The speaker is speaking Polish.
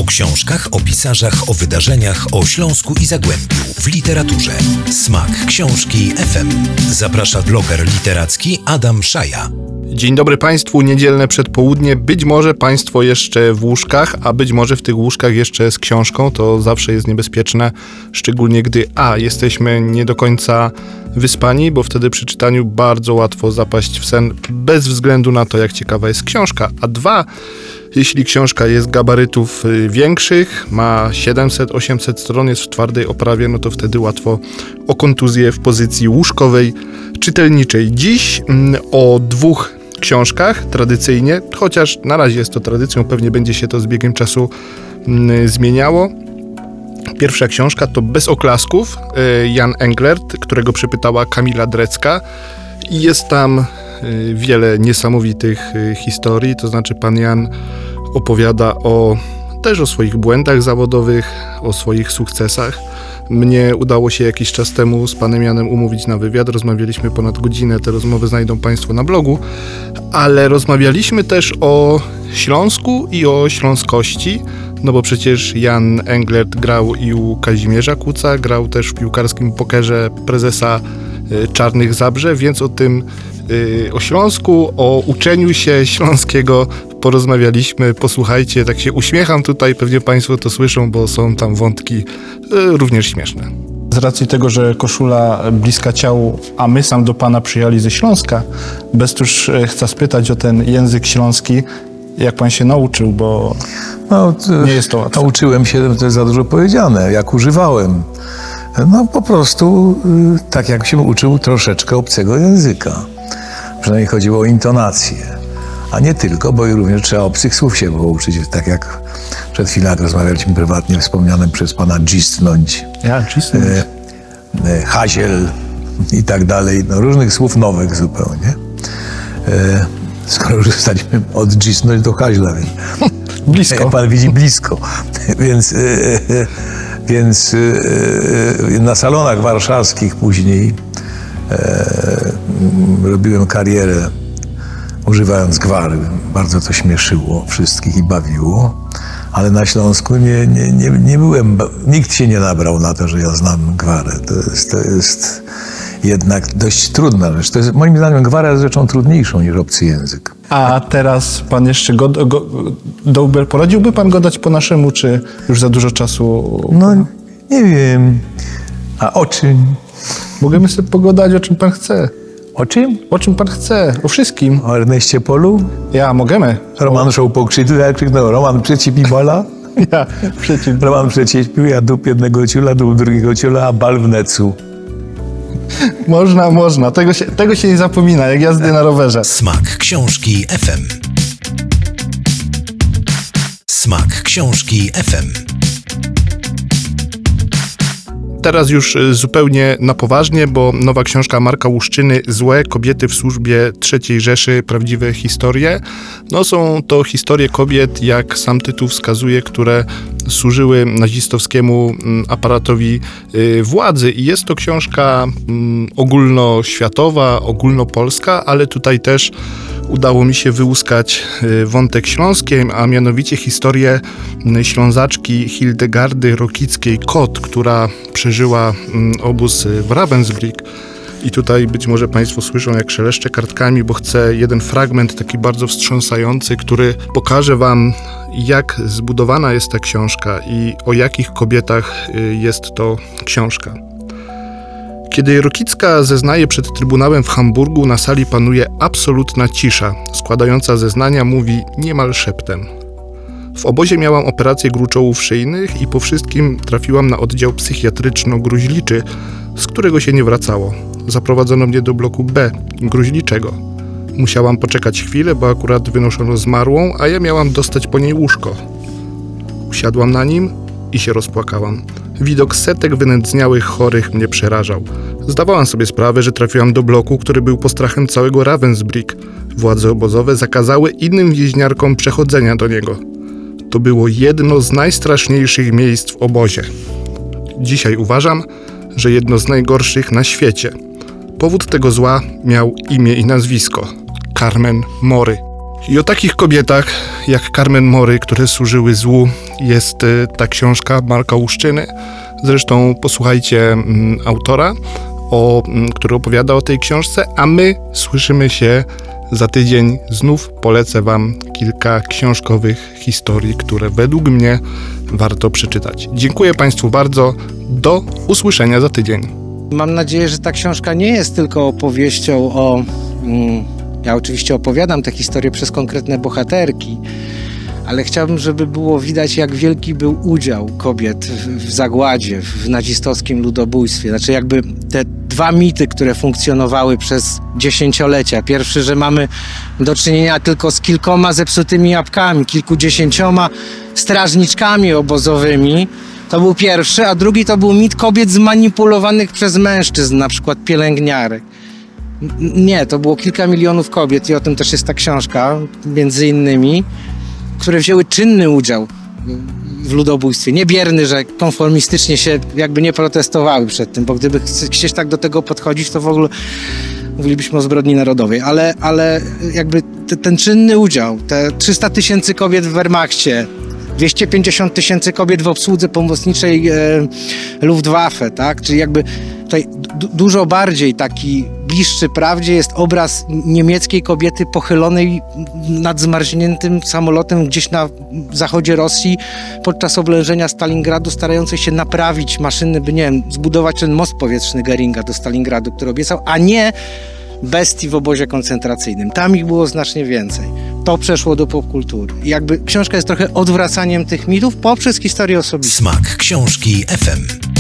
książkach, o pisarzach, o wydarzeniach, o Śląsku i Zagłębiu, w literaturze. Smak Książki FM. Zaprasza bloger literacki Adam Szaja. Dzień dobry Państwu, niedzielne przedpołudnie. Być może Państwo jeszcze w łóżkach, a być może w tych łóżkach jeszcze z książką. To zawsze jest niebezpieczne, szczególnie gdy jesteśmy nie do końca wyspani, bo wtedy przy czytaniu bardzo łatwo zapaść w sen, bez względu na to, jak ciekawa jest książka. A dwa, jeśli książka jest gabarytów większych, ma 700-800 stron, jest w twardej oprawie, no to wtedy łatwo o kontuzję w pozycji łóżkowej, czytelniczej. Dziś o dwóch książkach tradycyjnie, chociaż na razie jest to tradycją, pewnie będzie się to z biegiem czasu zmieniało. Pierwsza książka to Bez oklasków, Jan Englert, którego przepytała Kamila Drecka. I jest tam wiele niesamowitych historii, to znaczy pan Jan opowiada też o swoich błędach zawodowych, o swoich sukcesach. Mnie udało się jakiś czas temu z panem Janem umówić na wywiad, rozmawialiśmy ponad godzinę, te rozmowy znajdą Państwo na blogu, ale rozmawialiśmy też o Śląsku i o śląskości, no bo przecież Jan Englert grał i u Kazimierza Kuca, grał też w piłkarskim pokerze prezesa Czarnych Zabrze, więc o Śląsku, o uczeniu się śląskiego porozmawialiśmy. Posłuchajcie, tak się uśmiecham tutaj, pewnie Państwo to słyszą, bo są tam wątki również śmieszne. Z racji tego, że koszula bliska ciału, a my sam do Pana przyjechali ze Śląska, Bestuż chce spytać o ten język śląski, jak Pan się nauczył, bo nie jest to łatwe. Nauczyłem się, to jest za dużo powiedziane, jak używałem. No po prostu tak jak się uczył troszeczkę obcego języka. Przynajmniej chodziło o intonację. A nie tylko, bo i również trzeba obcych słów się było uczyć. Tak jak przed chwilą, jak rozmawialiśmy prywatnie, wspomnianym przez pana dżisnąć. Haziel i tak dalej. No, różnych słów nowych zupełnie. Skoro już zostaliśmy od dżisnąć do haźla. Blisko. Jak pan widzi, blisko. Więc na salonach warszawskich później robiłem karierę używając gwary. Bardzo to śmieszyło wszystkich i bawiło. Ale na Śląsku nie byłem, nikt się nie nabrał na to, że ja znam gwarę. To jest jednak dość trudna rzecz. Moim zdaniem gwara jest rzeczą trudniejszą niż obcy język. A teraz Pan jeszcze poradziłby Pan go dać po naszemu, czy już za dużo czasu? No, nie wiem. A o czym? Możemy sobie pogadać, o czym Pan chce. O czym? O czym Pan chce, o wszystkim. O Erneście Polu? Ja, możemy. Roman show pokrzydł, jak krzyknął Roman przeciw bola. Ja, przeciw. Roman przecieśpił, ja dup jednego ciula, dup drugiego ciula, a bal w necu. Można. Tego się nie zapomina, jak jazdy na rowerze. Smak Książki FM. Smak Książki FM. Teraz już zupełnie na poważnie, bo nowa książka Marka Łuszczyny Złe kobiety w służbie III Rzeszy, prawdziwe historie. No są to historie kobiet, jak sam tytuł wskazuje, które służyły nazistowskiemu aparatowi władzy. I jest to książka ogólnoświatowa, ogólnopolska, ale tutaj też udało mi się wyłuskać wątek śląski, a mianowicie historię Ślązaczki Hildegardy Rokickiej-Kot, która przeżyła obóz w Ravensbrück. I tutaj być może Państwo słyszą, jak szeleszczę kartkami, bo chcę jeden fragment taki bardzo wstrząsający, który pokaże Wam, jak zbudowana jest ta książka i o jakich kobietach jest to książka. Kiedy Rokicka zeznaje przed Trybunałem w Hamburgu, na sali panuje absolutna cisza. Składająca zeznania mówi niemal szeptem. W obozie miałam operację gruczołów szyjnych i po wszystkim trafiłam na oddział psychiatryczno-gruźliczy, z którego się nie wracało. Zaprowadzono mnie do bloku B, gruźliczego. Musiałam poczekać chwilę, bo akurat wynoszono zmarłą, a ja miałam dostać po niej łóżko. Usiadłam na nim i się rozpłakałam. Widok setek wynędzniałych chorych mnie przerażał. Zdawałam sobie sprawę, że trafiłam do bloku, który był postrachem całego Ravensbrück. Władze obozowe zakazały innym więźniarkom przechodzenia do niego. To było jedno z najstraszniejszych miejsc w obozie. Dzisiaj uważam, że jedno z najgorszych na świecie. Powód tego zła miał imię i nazwisko. Carmen Mory. I o takich kobietach jak Carmen Mory, które służyły złu, jest ta książka Marka Łuszczyny. Zresztą posłuchajcie autora, który opowiada o tej książce, a my słyszymy się za tydzień. Znów polecę wam kilka książkowych historii, które według mnie warto przeczytać. Dziękuję państwu bardzo. Do usłyszenia za tydzień. Mam nadzieję, że ta książka nie jest tylko opowieścią o... Ja oczywiście opowiadam tę historię przez konkretne bohaterki, ale chciałbym, żeby było widać, jak wielki był udział kobiet w zagładzie, w nazistowskim ludobójstwie. Znaczy jakby te dwa mity, które funkcjonowały przez dziesięciolecia. Pierwszy, że mamy do czynienia tylko z kilkoma zepsutymi jabłkami, kilkudziesięcioma strażniczkami obozowymi. To był pierwszy, a drugi to był mit kobiet zmanipulowanych przez mężczyzn, na przykład pielęgniarek. Nie, to było kilka milionów kobiet i o tym też jest ta książka, między innymi, które wzięły czynny udział w ludobójstwie. Nie bierny, że konformistycznie się jakby nie protestowały przed tym, bo gdyby chcieć tak do tego podchodzić, to w ogóle mówilibyśmy o zbrodni narodowej, ale jakby ten czynny udział, te 300 000 kobiet w Wehrmachcie, 250 000 kobiet w obsłudze pomocniczej Luftwaffe, tak? Czyli jakby tutaj dużo bardziej taki bliższy prawdzie jest obraz niemieckiej kobiety pochylonej nad zmarzniętym samolotem gdzieś na zachodzie Rosji podczas oblężenia Stalingradu, starającej się naprawić maszyny, by, nie wiem, zbudować ten most powietrzny Goeringa do Stalingradu, który obiecał, a nie bestii w obozie koncentracyjnym. Tam ich było znacznie więcej. To przeszło do popkultury. I jakby książka jest trochę odwracaniem tych mitów poprzez historię osobistą. Smak książki FM.